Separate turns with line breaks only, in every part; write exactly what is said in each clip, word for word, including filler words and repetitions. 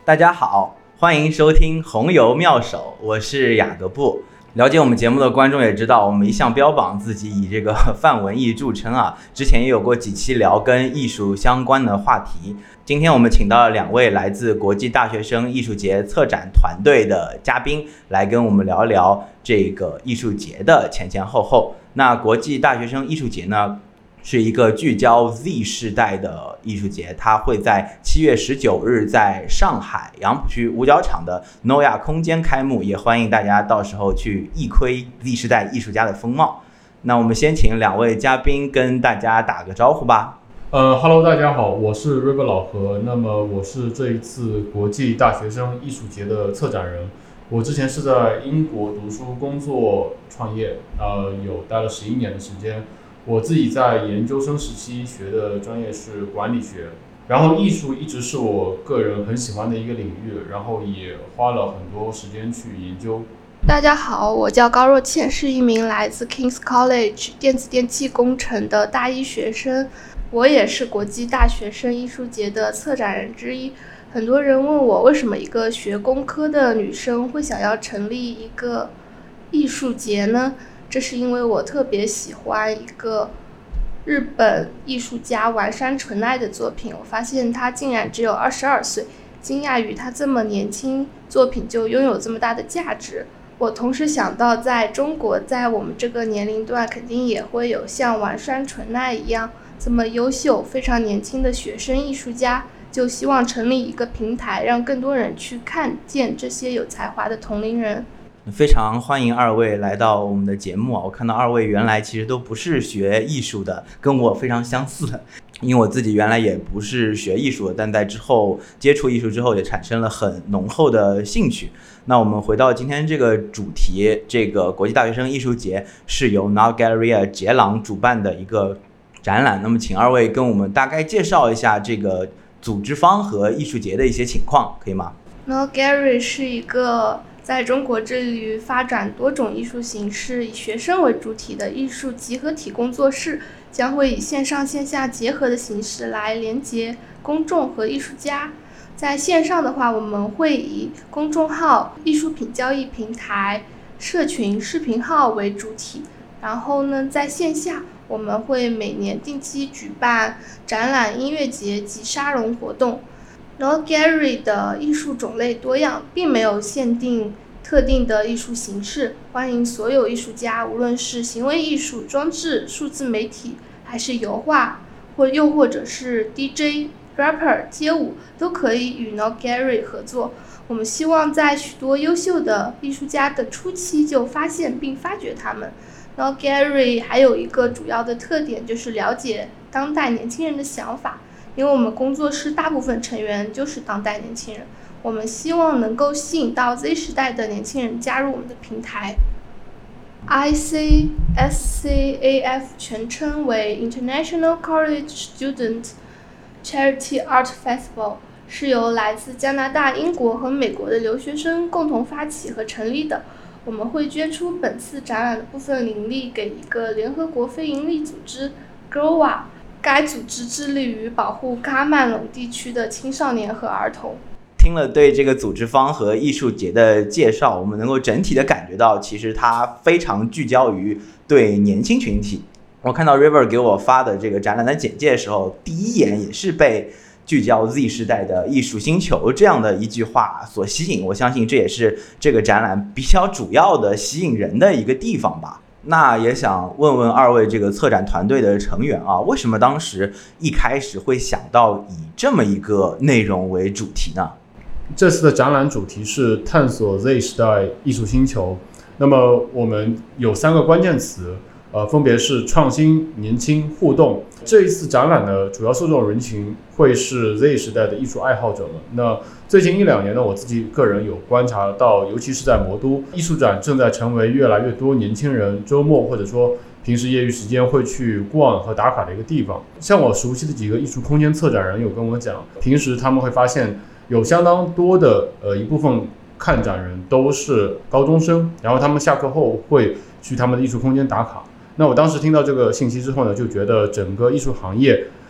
大家好，欢迎收听红油妙手，我是雅各布。了解我们节目的观众也知道，我们一向标榜自己以这个泛文艺著称啊。之前也有过几期聊跟艺术相关的话题。今天我们请到了两位来自国际大学生艺术节策展团队的嘉宾，来跟我们聊一聊这个艺术节的前前后后。那国际大学生艺术节呢，是一个聚焦 Z 世代的艺术节，它会在七月十九日在上海杨浦区五角场的 Noya 空间开幕，也欢迎大家到时候去一窥 Z 世代艺术家的风貌。那我们先请两位嘉宾跟大家打个招呼吧。
呃 ，Hello， 大家好，我是 River 老何。那么我是这一次国际大学生艺术节的策展人。我之前是在英国读书、工作、创业，呃，有待了十一年的时间。我自己在研究生时期学的专业是管理学，然后艺术一直是我个人很喜欢的一个领域，然后也花了很多时间去研究。
大家好，我叫高若倩，是一名来自 King's College 电子电气工程的大一学生。我也是国际大学生艺术节的策展人之一。很多人问我，为什么一个学工科的女生会想要成立一个艺术节呢？这是因为我特别喜欢一个日本艺术家丸山纯奈的作品。我发现她竟然只有二十二岁，惊讶于她这么年轻，作品就拥有这么大的价值。我同时想到，在中国，在我们这个年龄段，肯定也会有像丸山纯奈一样这么优秀、非常年轻的学生艺术家，就希望成立一个平台，让更多人去看见这些有才华的同龄人。
非常欢迎二位来到我们的节目啊！我看到二位原来其实都不是学艺术的，跟我非常相似。因为我自己原来也不是学艺术的，但在之后接触艺术之后，也产生了很浓厚的兴趣。那我们回到今天这个主题，这个国际大学生艺术节是由 Now Galleria 捷廊主办的一个展览。那么请二位跟我们大概介绍一下这个组织方和艺术节的一些情况，可以吗？
Now Galleria 是一个在中国致力于发展多种艺术形式、以学生为主体的艺术集合体工作室，将会以线上线下结合的形式来连接公众和艺术家。在线上的话，我们会以公众号、艺术品交易平台、社群视频号为主体。然后呢，在线下我们会每年定期举办展览、音乐节及沙龙活动。Now Galleria 的艺术种类多样，并没有限定特定的艺术形式，欢迎所有艺术家，无论是行为艺术、装置、数字媒体，还是油画，或又或者是 D J、rapper、街舞，都可以与 Now Galleria 合作。我们希望在许多优秀的艺术家的初期就发现并发掘他们。Now Galleria 还有一个主要的特点，就是了解当代年轻人的想法。因为我们工作室大部分成员就是当代年轻人，我们希望能够吸引到 Z 时代的年轻人加入我们的平台。I C S C A F 全称为 International College Student Charity Art Festival， 是由来自加拿大、英国和美国的留学生共同发起和成立的。我们会捐出本次展览的部分盈利给一个联合国非营利组织 G R O A，该组织致力于保护喀麦隆地区的青少年和儿童。
听了对这个组织方和艺术节的介绍，我们能够整体的感觉到，其实它非常聚焦于对年轻群体。我看到 River 给我发的这个展览的简介的时候，第一眼也是被聚焦 Z 时代的艺术星球这样的一句话所吸引。我相信这也是这个展览比较主要的吸引人的一个地方吧。那也想问问二位这个策展团队的成员啊，为什么当时一开始会想到以这么一个内容为主题呢？
这次的展览主题是探索 Z 时代艺术星球。那么我们有三个关键词，呃，分别是创新、年轻、互动。这一次展览的主要受众人群会是 Z 时代的艺术爱好者们。那最近一两年呢，我自己个人有观察到，尤其是在魔都，艺术展正在成为越来越多年轻人周末或者说平时业余时间会去逛和打卡的一个地方。像我熟悉的几个艺术空间策展人有跟我讲，平时他们会发现有相当多的呃一部分看展人都是高中生，然后他们下课后会去他们的艺术空间打卡。那我当时听到这个信息之后呢，就觉得整个艺术行业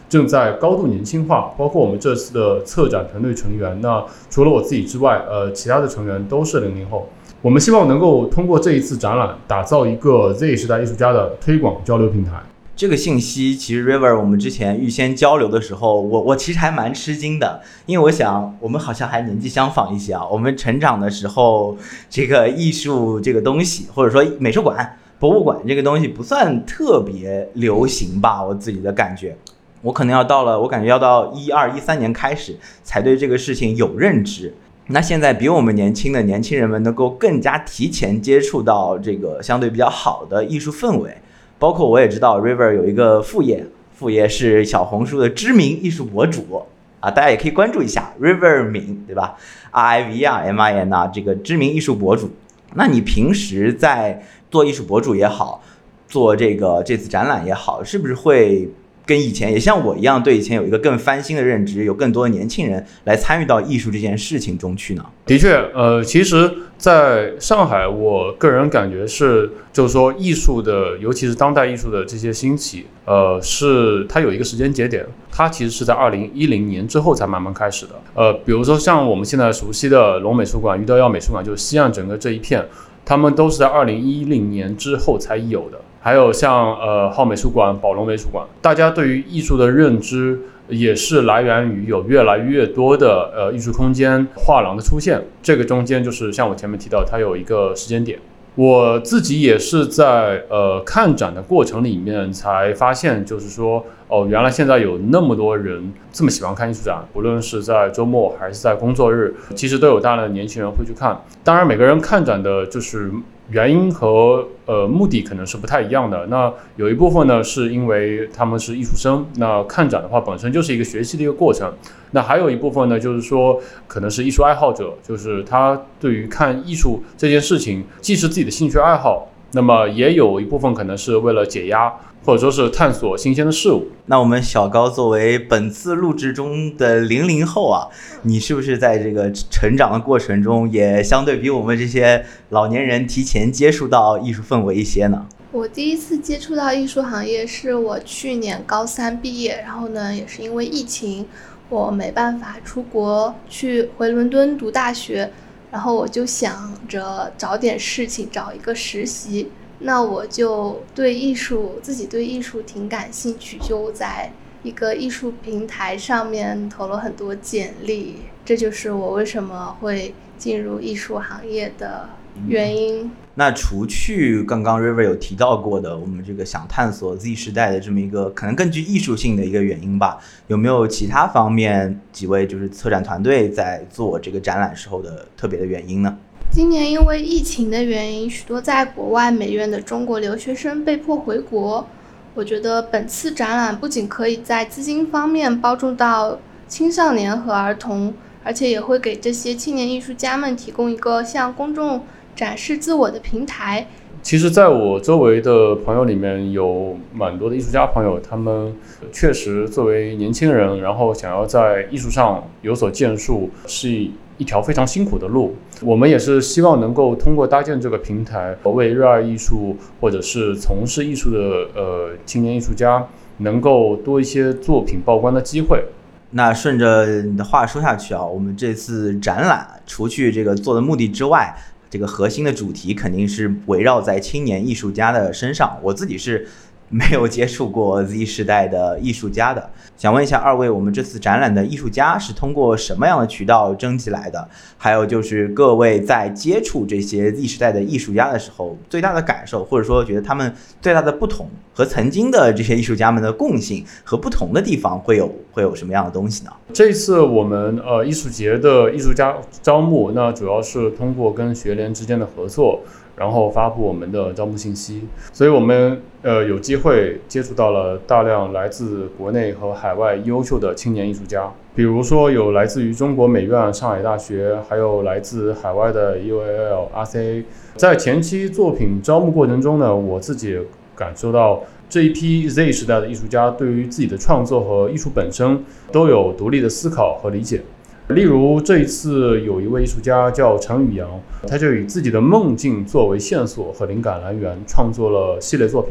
正在高度年轻化，包括我们这次的策展团队成员，那除了我自己之外，呃，其他的成员都是零零后。我们希望能够通过这一次展览，打造一个 Z 时代艺术家的推广交流平台。
这个信息其实 River 我们之前预先交流的时候，我我其实还蛮吃惊的，因为我想我们好像还年纪相仿一些啊。我们成长的时候，这个艺术这个东西，或者说美术馆、博物馆这个东西不算特别流行吧，我自己的感觉。我可能要到了，我感觉要到一二一三年开始才对这个事情有认知。那现在比我们年轻的年轻人们能够更加提前接触到这个相对比较好的艺术氛围，包括我也知道 River 有一个副业，副业是小红书的知名艺术博主啊，大家也可以关注一下 River 敏，对吧 ？R I V R M I N 啊，这个知名艺术博主。那你平时在做艺术博主也好，做这个这次展览也好，是不是会跟以前也像我一样，对以前有一个更翻新的认知，有更多的年轻人来参与到艺术这件事情中去呢？
的确，呃，其实在上海，我个人感觉是，就是说艺术的，尤其是当代艺术的这些兴起，呃，是它有一个时间节点，它其实是在二零一零年之后才慢慢开始的。呃，比如说像我们现在熟悉的龙美术馆、余德耀美术馆，就是西岸整个这一片，他们都是在二零一零年之后才有的。还有像呃浩美术馆、宝龙美术馆，大家对于艺术的认知也是来源于有越来越多的呃艺术空间、画廊的出现。这个中间就是像我前面提到，它有一个时间点。我自己也是在呃看展的过程里面才发现，就是说哦，原来现在有那么多人这么喜欢看艺术展，不论是在周末还是在工作日，其实都有大量的年轻人会去看。当然，每个人看展的就是原因和呃目的可能是不太一样的。那有一部分呢，是因为他们是艺术生，那看展的话本身就是一个学习的一个过程。那还有一部分呢，就是说可能是艺术爱好者，就是他对于看艺术这件事情，既是自己的兴趣爱好，那么也有一部分可能是为了解压，或者说是探索新鲜的事物。
那我们小高作为本次录制中的零零后啊，你是不是在这个成长的过程中，也相对比我们这些老年人提前接触到艺术氛围一些呢？
我第一次接触到艺术行业是我去年高三毕业，然后呢，也是因为疫情，我没办法出国去回伦敦读大学，然后我就想着找点事情，找一个实习。那我就对艺术，自己对艺术挺感兴趣，就在一个艺术平台上面投了很多简历，这就是我为什么会进入艺术行业的原因。嗯，
那除去刚刚 River 有提到过的，我们这个想探索 Z 时代的这么一个可能更具艺术性的一个原因吧，有没有其他方面几位就是策展团队在做这个展览时候的特别的原因呢？
今年因为疫情的原因，许多在国外美院的中国留学生被迫回国。我觉得本次展览不仅可以在资金方面帮助到青少年和儿童，而且也会给这些青年艺术家们提供一个向公众展示自我的平台。
其实在我周围的朋友里面有蛮多的艺术家朋友，他们确实作为年轻人，然后想要在艺术上有所建树，是一条非常辛苦的路。我们也是希望能够通过搭建这个平台，为热爱艺术或者是从事艺术的呃青年艺术家能够多一些作品曝光的机会。
那顺着你的话说下去啊，我们这次展览除去这个做的目的之外，这个核心的主题肯定是围绕在青年艺术家的身上。我自己是没有接触过 Z 时代的艺术家的，想问一下二位，我们这次展览的艺术家是通过什么样的渠道征集来的？还有就是各位在接触这些 Z 时代的艺术家的时候，最大的感受，或者说觉得他们最大的不同和曾经的这些艺术家们的共性和不同的地方会有会有什么样的东西呢？
这次我们呃艺术节的艺术家招募，那主要是通过跟学联之间的合作，然后发布我们的招募信息，所以我们呃有机会接触到了大量来自国内和海外优秀的青年艺术家，比如说有来自于中国美院、上海大学，还有来自海外的 U A L、R C A。在前期作品招募过程中呢，我自己感受到这一批 Z 时代的艺术家对于自己的创作和艺术本身都有独立的思考和理解。例如这一次有一位艺术家叫陈宇阳，他就以自己的梦境作为线索和灵感来源，创作了系列作品，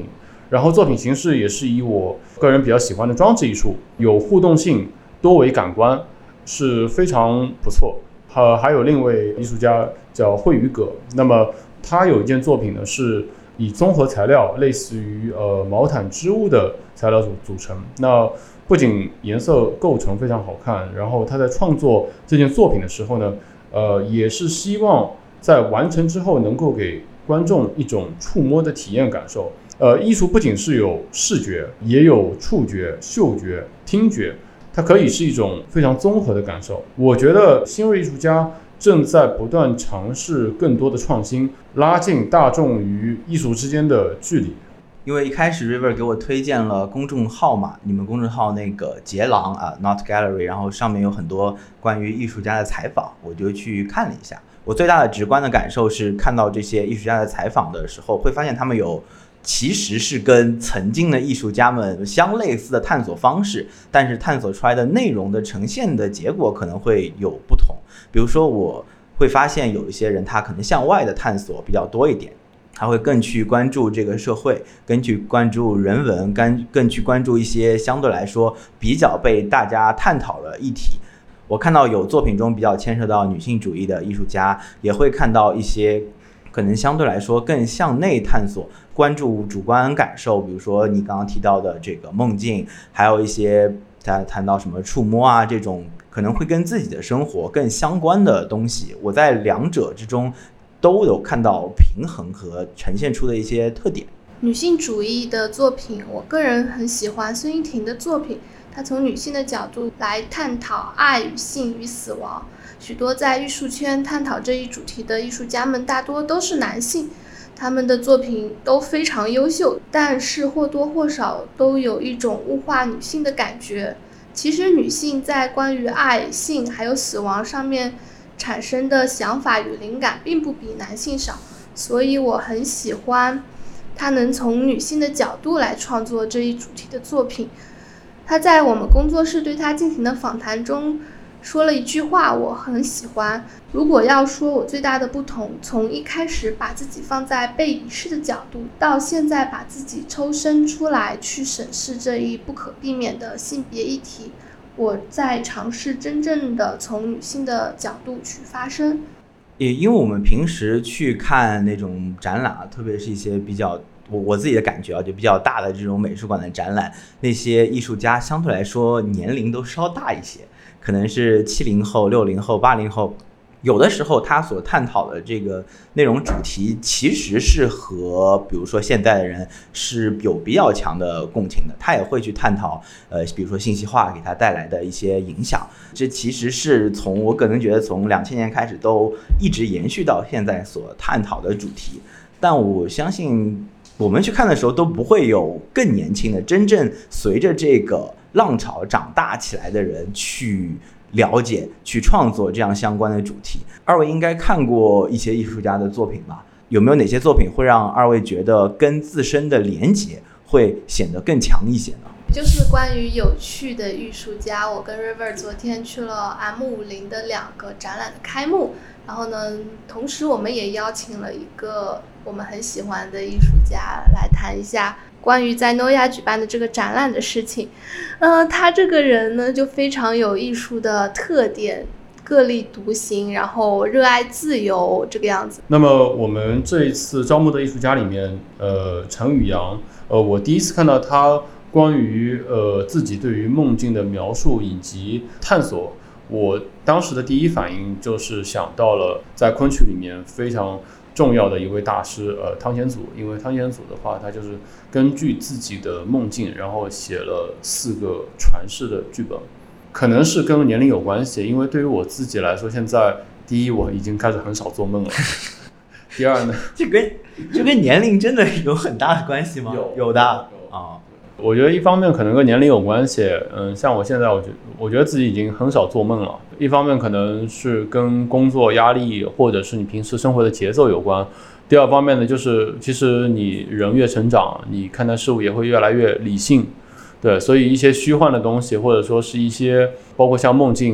然后作品形式也是以我个人比较喜欢的装置艺术，有互动性，多维感官，是非常不错。呃，还有另一位艺术家叫惠宇葛，那么他有一件作品呢，是以综合材料，类似于呃毛毯织物的材料组组成。那不仅颜色构成非常好看，然后他在创作这件作品的时候呢，呃，也是希望在完成之后能够给观众一种触摸的体验感受。呃，艺术不仅是有视觉，也有触觉、嗅觉、听觉。它可以是一种非常综合的感受。我觉得新锐艺术家正在不断尝试更多的创新，拉近大众与艺术之间的距离。
因为一开始 River 给我推荐了公众号嘛，你们公众号那个杰郎啊 Not Gallery， 然后上面有很多关于艺术家的采访，我就去看了一下。我最大的直观的感受是，看到这些艺术家的采访的时候，会发现他们有其实是跟曾经的艺术家们相类似的探索方式，但是探索出来的内容的呈现的结果可能会有不同。比如说我会发现有一些人他可能向外的探索比较多一点，他会更去关注这个社会，更去关注人文，更更去关注一些相对来说比较被大家探讨的议题。我看到有作品中比较牵涉到女性主义的艺术家，也会看到一些可能相对来说更向内探索，关注主观感受，比如说你刚刚提到的这个梦境，还有一些他谈到什么触摸啊，这种可能会跟自己的生活更相关的东西。我在两者之中都有看到平衡和呈现出的一些特点。
女性主义的作品，我个人很喜欢孙一婷的作品，她从女性的角度来探讨爱与性与死亡。许多在艺术圈探讨这一主题的艺术家们大多都是男性，他们的作品都非常优秀，但是或多或少都有一种物化女性的感觉。其实女性在关于爱、性还有死亡上面产生的想法与灵感并不比男性少，所以我很喜欢她能从女性的角度来创作这一主题的作品。她在我们工作室对她进行的访谈中说了一句话，我很喜欢。如果要说我最大的不同，从一开始把自己放在被遗失的角度，到现在把自己抽身出来去审视这一不可避免的性别议题，我在尝试真正的从女性的角度去发声。
也因为我们平时去看那种展览啊，特别是一些比较我我自己的感觉啊，就比较大的这种美术馆的展览，那些艺术家相对来说年龄都稍大一些，可能是七零后、六零后、八零后，有的时候他所探讨的这个内容主题其实是和比如说现代的人是有比较强的共情的，他也会去探讨呃，比如说信息化给他带来的一些影响，这其实是从我可能觉得从两千年开始都一直延续到现在所探讨的主题。但我相信我们去看的时候都不会有更年轻的真正随着这个浪潮长大起来的人去了解去创作这样相关的主题。二位应该看过一些艺术家的作品吧？有没有哪些作品会让二位觉得跟自身的连结会显得更强一些呢？
就是关于有趣的艺术家，我跟 River 昨天去了 M 五十 的两个展览的开幕，然后呢，同时我们也邀请了一个我们很喜欢的艺术家来谈一下关于在诺亚举办的这个展览的事情。呃，他这个人呢就非常有艺术的特点，个立独行，然后热爱自由这个样子。
那么我们这一次招募的艺术家里面，呃，陈宇阳，呃，我第一次看到他关于呃自己对于梦境的描述以及探索，我当时的第一反应就是想到了在昆曲里面非常重要的一位大师，呃，汤显祖。因为汤显祖的话，他就是根据自己的梦境，然后写了四个传世的剧本。可能是跟年龄有关系，因为对于我自己来说，现在第一我已经开始很少做梦了。第二呢，
这跟这跟年龄真的有很大的关系吗？
有
有的啊。哦，
我觉得一方面可能跟年龄有关系，嗯，像我现在我觉我觉得自己已经很少做梦了。一方面可能是跟工作压力或者是你平时生活的节奏有关。第二方面呢，就是其实你人越成长，你看待事物也会越来越理性。对，所以一些虚幻的东西，或者说是一些包括像梦境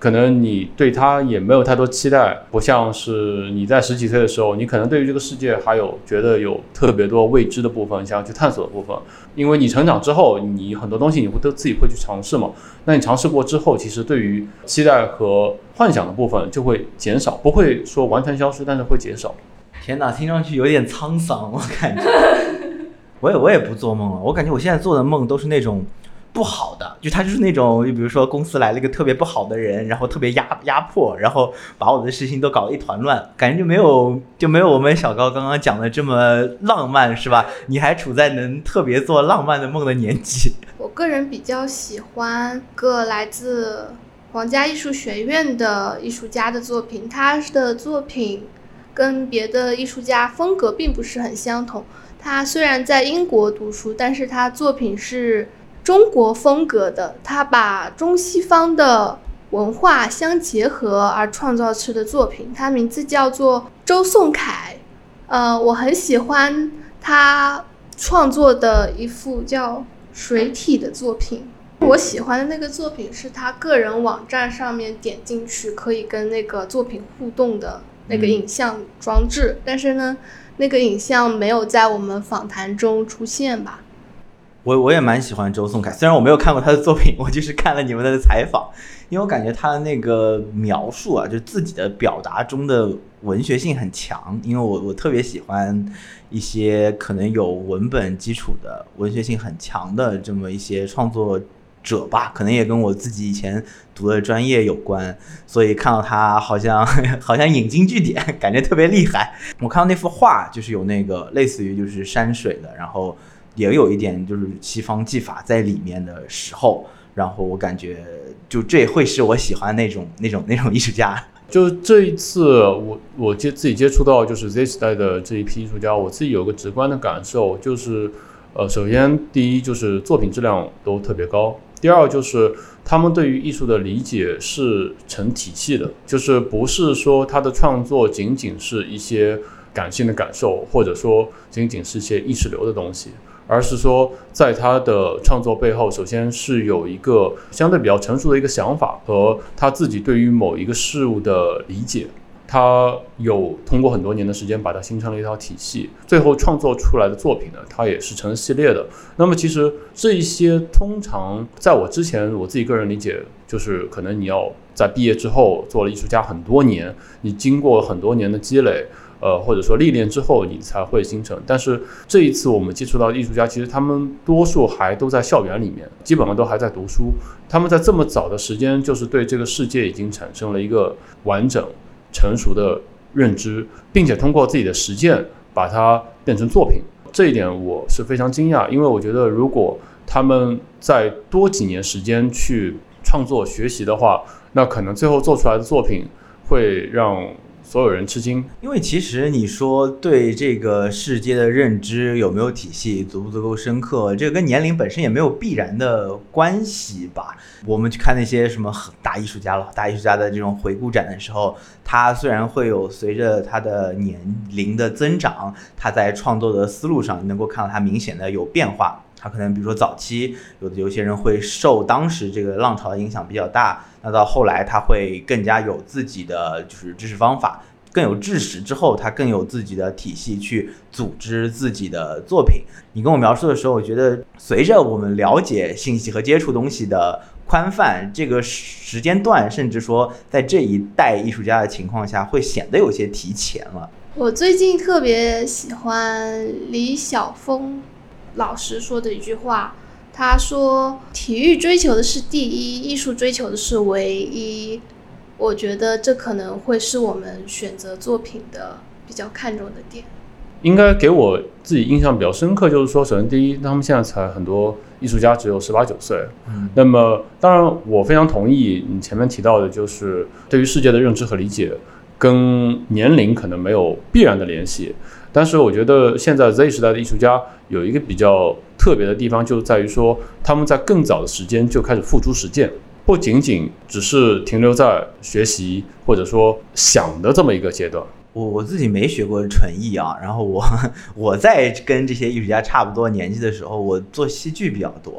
可能你对它也没有太多期待，不像是你在十几岁的时候，你可能对于这个世界还有觉得有特别多未知的部分，想要去探索的部分。因为你成长之后，你很多东西你会都自己会去尝试嘛。那你尝试过之后，其实对于期待和幻想的部分就会减少，不会说完全消失，但是会减少。
天哪，听上去有点沧桑，我感觉。我也我也不做梦了，我感觉我现在做的梦都是那种不好的，就他就是那种，就比如说公司来了一个特别不好的人，然后特别压压迫，然后把我的事情都搞得一团乱，感觉就没有就没有我们小高刚刚讲的这么浪漫，是吧？你还处在能特别做浪漫的梦的年纪。
我个人比较喜欢个来自皇家艺术学院的艺术家的作品，他的作品跟别的艺术家风格并不是很相同。他虽然在英国读书，但是他作品是中国风格的，他把中西方的文化相结合而创造出的作品，他名字叫做周颂凯。呃，我很喜欢他创作的一幅叫水体的作品。我喜欢的那个作品是他个人网站上面点进去可以跟那个作品互动的那个影像装置、嗯、但是呢那个影像没有在我们访谈中出现吧。
我我也蛮喜欢周颂凯，虽然我没有看过他的作品，我就是看了你们的采访，因为我感觉他的那个描述啊，就自己的表达中的文学性很强，因为我我特别喜欢一些可能有文本基础的文学性很强的这么一些创作者吧，可能也跟我自己以前读的专业有关，所以看到他好像好像引经据典，感觉特别厉害。我看到那幅画就是有那个类似于就是山水的，然后也有一点就是西方技法在里面的时候，然后我感觉就这会是我喜欢那种那种那种艺术家。
就这一次我我接自己接触到就是 Z 时代的这一批艺术家，我自己有个直观的感受，就是呃，首先第一就是作品质量都特别高，第二就是他们对于艺术的理解是成体系的，就是不是说他的创作仅仅是一些感性的感受，或者说仅仅是一些意识流的东西，而是说在他的创作背后首先是有一个相对比较成熟的一个想法和他自己对于某一个事物的理解，他有通过很多年的时间把它形成了一套体系，最后创作出来的作品呢，它也是成系列的。那么其实这一些通常在我之前我自己个人理解，就是可能你要在毕业之后做了艺术家很多年，你经过很多年的积累呃，或者说历练之后你才会形成。但是这一次我们接触到的艺术家，其实他们多数还都在校园里面，基本上都还在读书，他们在这么早的时间就是对这个世界已经产生了一个完整成熟的认知，并且通过自己的实践把它变成作品。这一点我是非常惊讶，因为我觉得如果他们再多几年时间去创作学习的话，那可能最后做出来的作品会让所有人吃惊。
因为其实你说对这个世界的认知有没有体系，足不足够深刻，这个跟年龄本身也没有必然的关系吧。我们去看那些什么大艺术家了大艺术家的这种回顾展的时候，他虽然会有随着他的年龄的增长，他在创作的思路上能够看到他明显的有变化。他可能比如说早期有的有些人会受当时这个浪潮的影响比较大，那到后来他会更加有自己的就是知识方法，更有知识之后他更有自己的体系去组织自己的作品。你跟我描述的时候，我觉得随着我们了解信息和接触东西的宽泛，这个时间段甚至说在这一代艺术家的情况下会显得有些提前了。
我最近特别喜欢李晓峰老师说的一句话，他说体育追求的是第一，艺术追求的是唯一。我觉得这可能会是我们选择作品的比较看重的点。
应该给我自己印象比较深刻，就是说首先第一，他们现在才很多艺术家只有十八九岁、嗯、那么当然我非常同意你前面提到的，就是对于世界的认知和理解跟年龄可能没有必然的联系，但是我觉得现在 Z 时代的艺术家有一个比较特别的地方，就在于说他们在更早的时间就开始付诸实践，不仅仅只是停留在学习或者说想的这么一个阶段。
我我自己没学过纯艺啊，然后我我在跟这些艺术家差不多年纪的时候，我做戏剧比较多，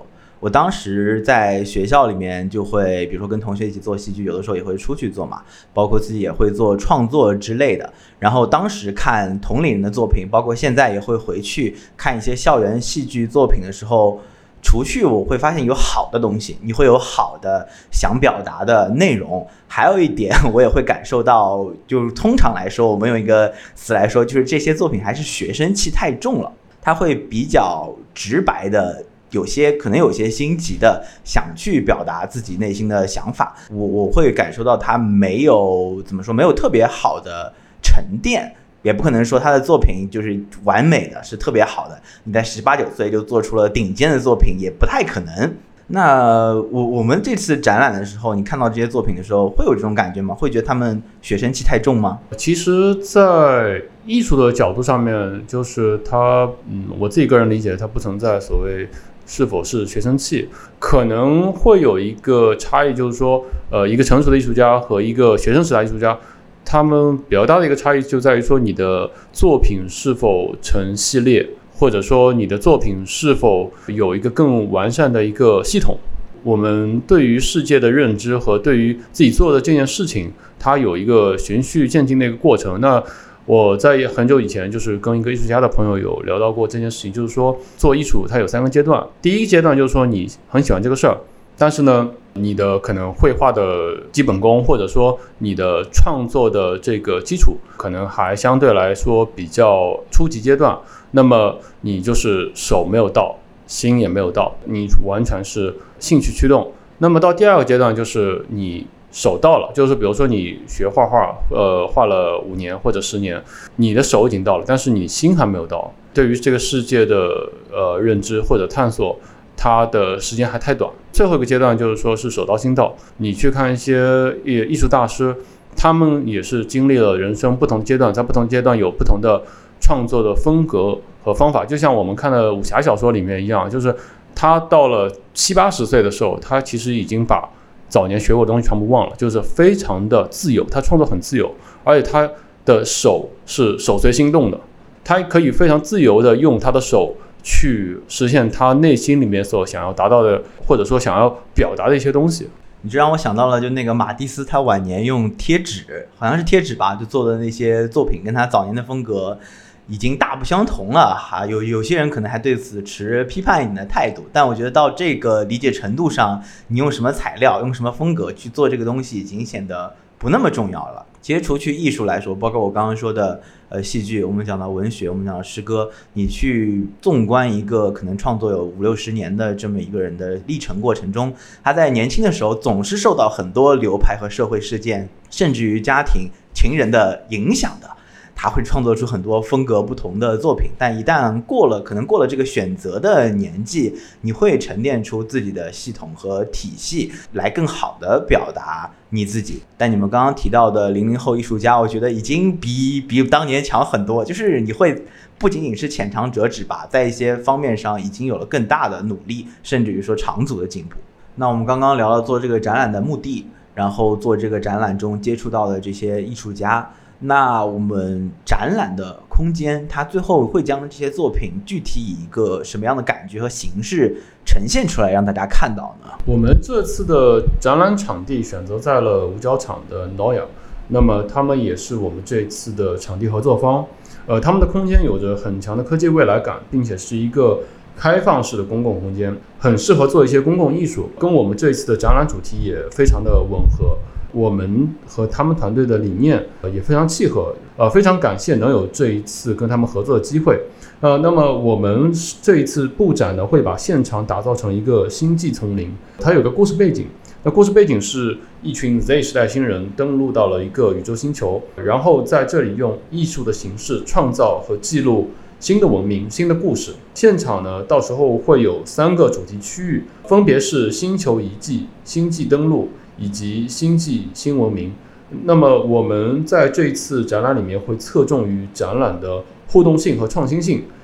我当时在学校里面就会，比如说跟同学一起做戏剧，有的时候也会出去做嘛，包括自己也会做创作之类的。然后当时看同龄人的作品，包括现在也会回去看一些校园戏剧作品的时候，除去我会发现有好的东西，你会有好的想表达的内容，还有一点我也会感受到，就通常来说，我们用一个词来说，就是这些作品还是学生气太重了，它会比较直白的。有些可能有些心急的想去表达自己内心的想法，我我会感受到他没有怎么说，没有特别好的沉淀，也不可能说他的作品就是完美的，是特别好的。你在十八九岁就做出了顶尖的作品，也不太可能。那我我们这次展览的时候，你看到这些作品的时候，会有这种感觉吗？会觉得他们学生气太重吗？
其实，在艺术的角度上面，就是它，嗯，我自己个人理解，它不存在所谓是否是学生气，可能会有一个差异，就是说，呃，一个成熟的艺术家和一个学生时代艺术家，他们比较大的一个差异就在于说，你的作品是否成系列，或者说你的作品是否有一个更完善的一个系统。我们对于世界的认知和对于自己做的这件事情，它有一个循序渐进的一个过程。那我在很久以前就是跟一个艺术家的朋友有聊到过这件事情，就是说做艺术它有三个阶段。第一个阶段就是说你很喜欢这个事儿，但是呢你的可能绘画的基本功或者说你的创作的这个基础可能还相对来说比较初级阶段，那么你就是手没有到，心也没有到，你完全是兴趣驱动。那么到第二个阶段就是你手到了，就是比如说你学画画，呃，画了五年或者十年，你的手已经到了，但是你心还没有到。对于这个世界的呃认知或者探索，它的时间还太短。最后一个阶段就是说是手到心到，你去看一些艺术大师，他们也是经历了人生不同阶段，在不同阶段有不同的创作的风格和方法。就像我们看的武侠小说里面一样，就是他到了七八十岁的时候，他其实已经把早年学过的东西全部忘了，就是非常的自由，他创作很自由，而且他的手是手随心动的，他可以非常自由的用他的手去实现他内心里面所想要达到的，或者说想要表达的一些东西。
你这让我想到了，就那个马蒂斯，他晚年用贴纸，好像是贴纸吧，就做的那些作品，跟他早年的风格已经大不相同了哈。有有些人可能还对此持批判一点的态度，但我觉得到这个理解程度上，你用什么材料，用什么风格去做这个东西，已经显得不那么重要了。其实除去艺术来说，包括我刚刚说的呃戏剧，我们讲到文学，我们讲到诗歌，你去纵观一个可能创作有五六十年的这么一个人的历程过程中，他在年轻的时候总是受到很多流派和社会事件，甚至于家庭情人的影响的。他会创作出很多风格不同的作品，但一旦过了可能过了这个选择的年纪，你会沉淀出自己的系统和体系来更好的表达你自己。但你们刚刚提到的零零后艺术家，我觉得已经比比当年强很多，就是你会不仅仅是浅尝辄止吧，在一些方面上已经有了更大的努力，甚至于说长足的进步。那我们刚刚聊了做这个展览的目的，然后做这个展览中接触到的这些艺术家，那我们展览的空间，它最后会将这些作品具体以一个什么样的感觉和形式呈现出来，让大家看到呢？
我们这次的展览场地选择在了五角场的 Noya， 那么他们也是我们这次的场地合作方。呃，他们的空间有着很强的科技未来感，并且是一个开放式的公共空间，很适合做一些公共艺术，跟我们这一次的展览主题也非常的吻合。我们和他们团队的理念也非常契合，呃，非常感谢能有这一次跟他们合作的机会。呃，那么我们这一次布展呢，会把现场打造成一个星际丛林，它有个故事背景。那故事背景是一群 Z 时代新人登陆到了一个宇宙星球，然后在这里用艺术的形式创造和记录新的文明、新的故事。现场呢，到时候会有三个主题区域，分别是星球遗迹、星际登陆以及星际新文明。那么我们在这一次展览里面会侧重于展览的互动性和创新性，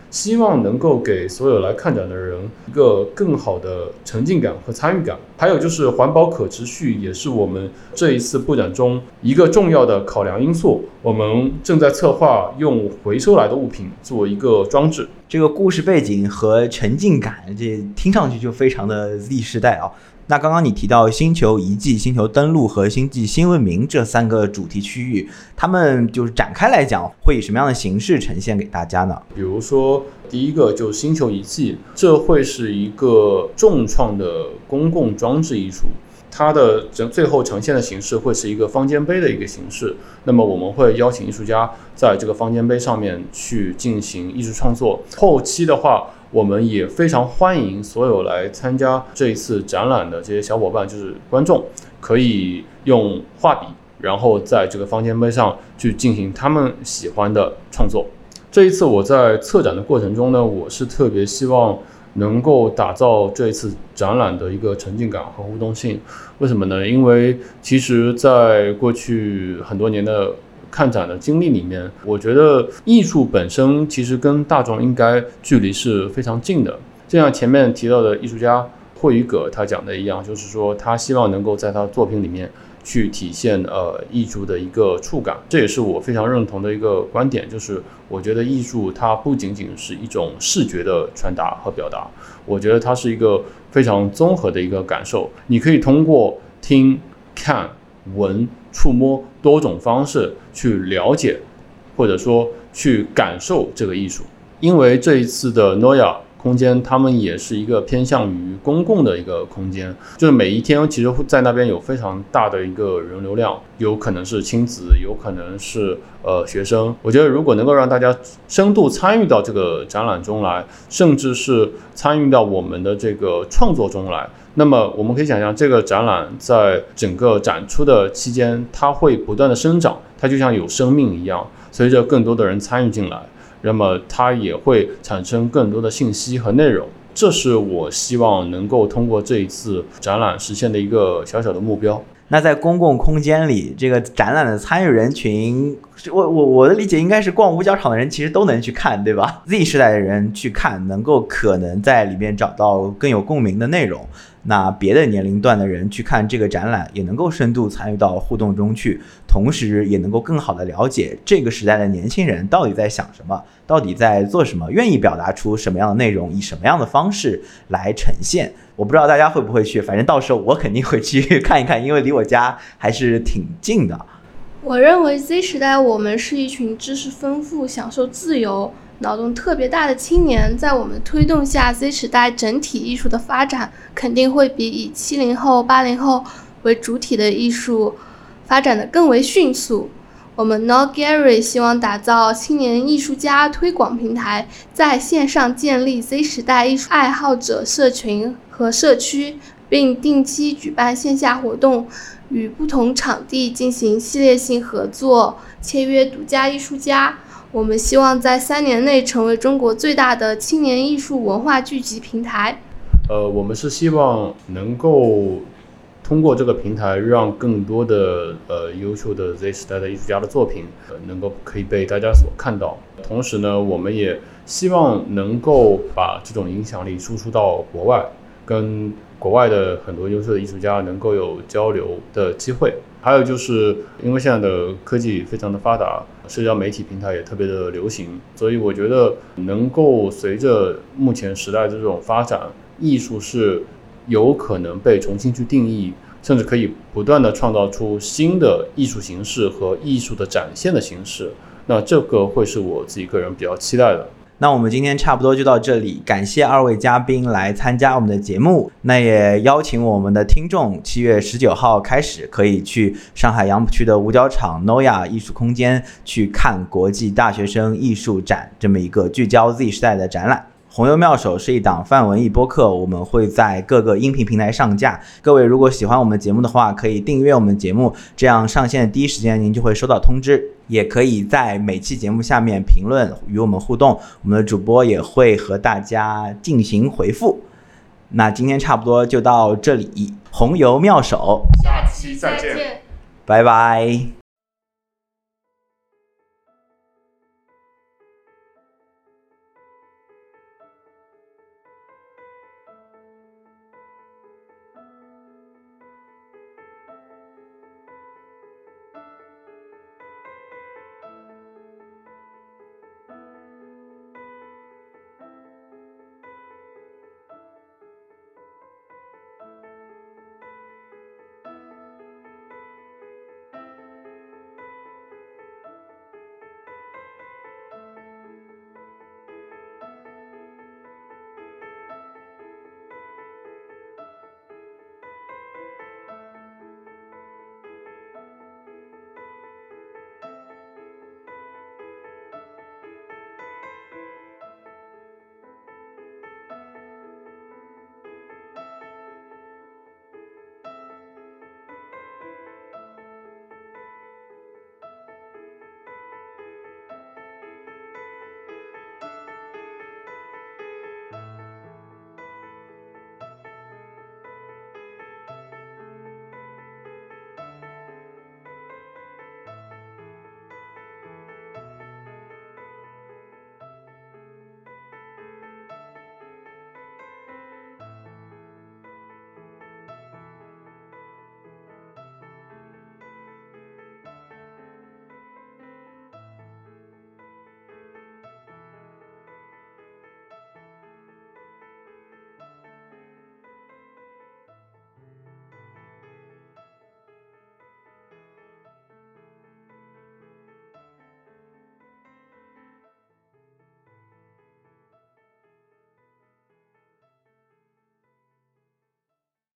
希望能够给所有来看展的人一个更好的沉浸感和参与感。还有就是环保可持续也是我们这一次布展中一个重要的考量因素，我们正在策划用回收来的物品做一个装置。
这个故事背景和沉浸感，这听上去就非常的 Z 世代啊。那刚刚你提到星球遗迹、星球登陆和星际新文明这三个主题区域，他们就是展开来讲会以什么样的形式呈现给大家呢？
比如说第一个就是星球遗迹，这会是一个重创的公共装置艺术，它的最后呈现的形式会是一个方尖碑的一个形式。那么我们会邀请艺术家在这个方尖碑上面去进行艺术创作。后期的话，我们也非常欢迎所有来参加这一次展览的这些小伙伴，就是观众，可以用画笔，然后在这个方尖碑上去进行他们喜欢的创作。这一次我在策展的过程中呢，我是特别希望能够打造这一次展览的一个沉浸感和互动性。为什么呢？因为其实在过去很多年的看展的经历里面，我觉得艺术本身其实跟大众应该距离是非常近的。就像前面提到的艺术家霍雨葛他讲的一样，就是说他希望能够在他作品里面去体现呃艺术的一个触感，这也是我非常认同的一个观点。就是我觉得艺术它不仅仅是一种视觉的传达和表达，我觉得它是一个非常综合的一个感受。你可以通过听、看、闻、触摸多种方式去了解或者说去感受这个艺术。因为这一次的 Noya 空间，他们也是一个偏向于公共的一个空间，就是每一天其实在那边有非常大的一个人流量，有可能是亲子，有可能是呃学生。我觉得如果能够让大家深度参与到这个展览中来，甚至是参与到我们的这个创作中来，那么我们可以想象这个展览在整个展出的期间，它会不断的生长，它就像有生命一样，随着更多的人参与进来，那么它也会产生更多的信息和内容。这是我希望能够通过这一次展览实现的一个小小的目标。
那在公共空间里，这个展览的参与人群，我我我的理解应该是逛五角场的人其实都能去看，对吧 ？Z 世代的人去看，能够可能在里面找到更有共鸣的内容。那别的年龄段的人去看这个展览，也能够深度参与到互动中去，同时也能够更好的了解这个时代的年轻人到底在想什么，到底在做什么，愿意表达出什么样的内容，以什么样的方式来呈现。我不知道大家会不会去，反正到时候我肯定会去看一看，因为离我家还是挺近的。
我认为 Z 时代我们是一群知识丰富、享受自由、脑洞特别大的青年，在我们推动下 Z 时代整体艺术的发展肯定会比以七零后、八零后为主体的艺术发展的更为迅速。我们 Not Gallery 希望打造青年艺术家推广平台，在线上建立 Z 时代艺术爱好者社群和社区，并定期举办线下活动，与不同场地进行系列性合作，签约独家艺术家。我们希望在三年内成为中国最大的青年艺术文化聚集平台。
呃，我们是希望能够通过这个平台，让更多的呃优秀的 Z 时代的艺术家的作品、呃、能够可以被大家所看到。同时呢，我们也希望能够把这种影响力输出到国外，跟国外的很多优秀的艺术家能够有交流的机会。还有就是因为现在的科技非常的发达，社交媒体平台也特别的流行，所以我觉得能够随着目前时代的这种发展，艺术是有可能被重新去定义，甚至可以不断的创造出新的艺术形式和艺术的展现的形式。那这个会是我自己个人比较期待的。
那我们今天差不多就到这里，感谢二位嘉宾来参加我们的节目。那也邀请我们的听众，七月十九号开始可以去上海杨浦区的五角场 Noya 艺术空间去看国际大学生艺术展这么一个聚焦 Z 时代的展览。红油妙手是一档泛文艺播客，我们会在各个音频平台上架。各位如果喜欢我们节目的话，可以订阅我们节目，这样上线的第一时间您就会收到通知。也可以在每期节目下面评论与我们互动，我们的主播也会和大家进行回复。那今天差不多就到这里，红油妙手，
下期再见，
拜拜。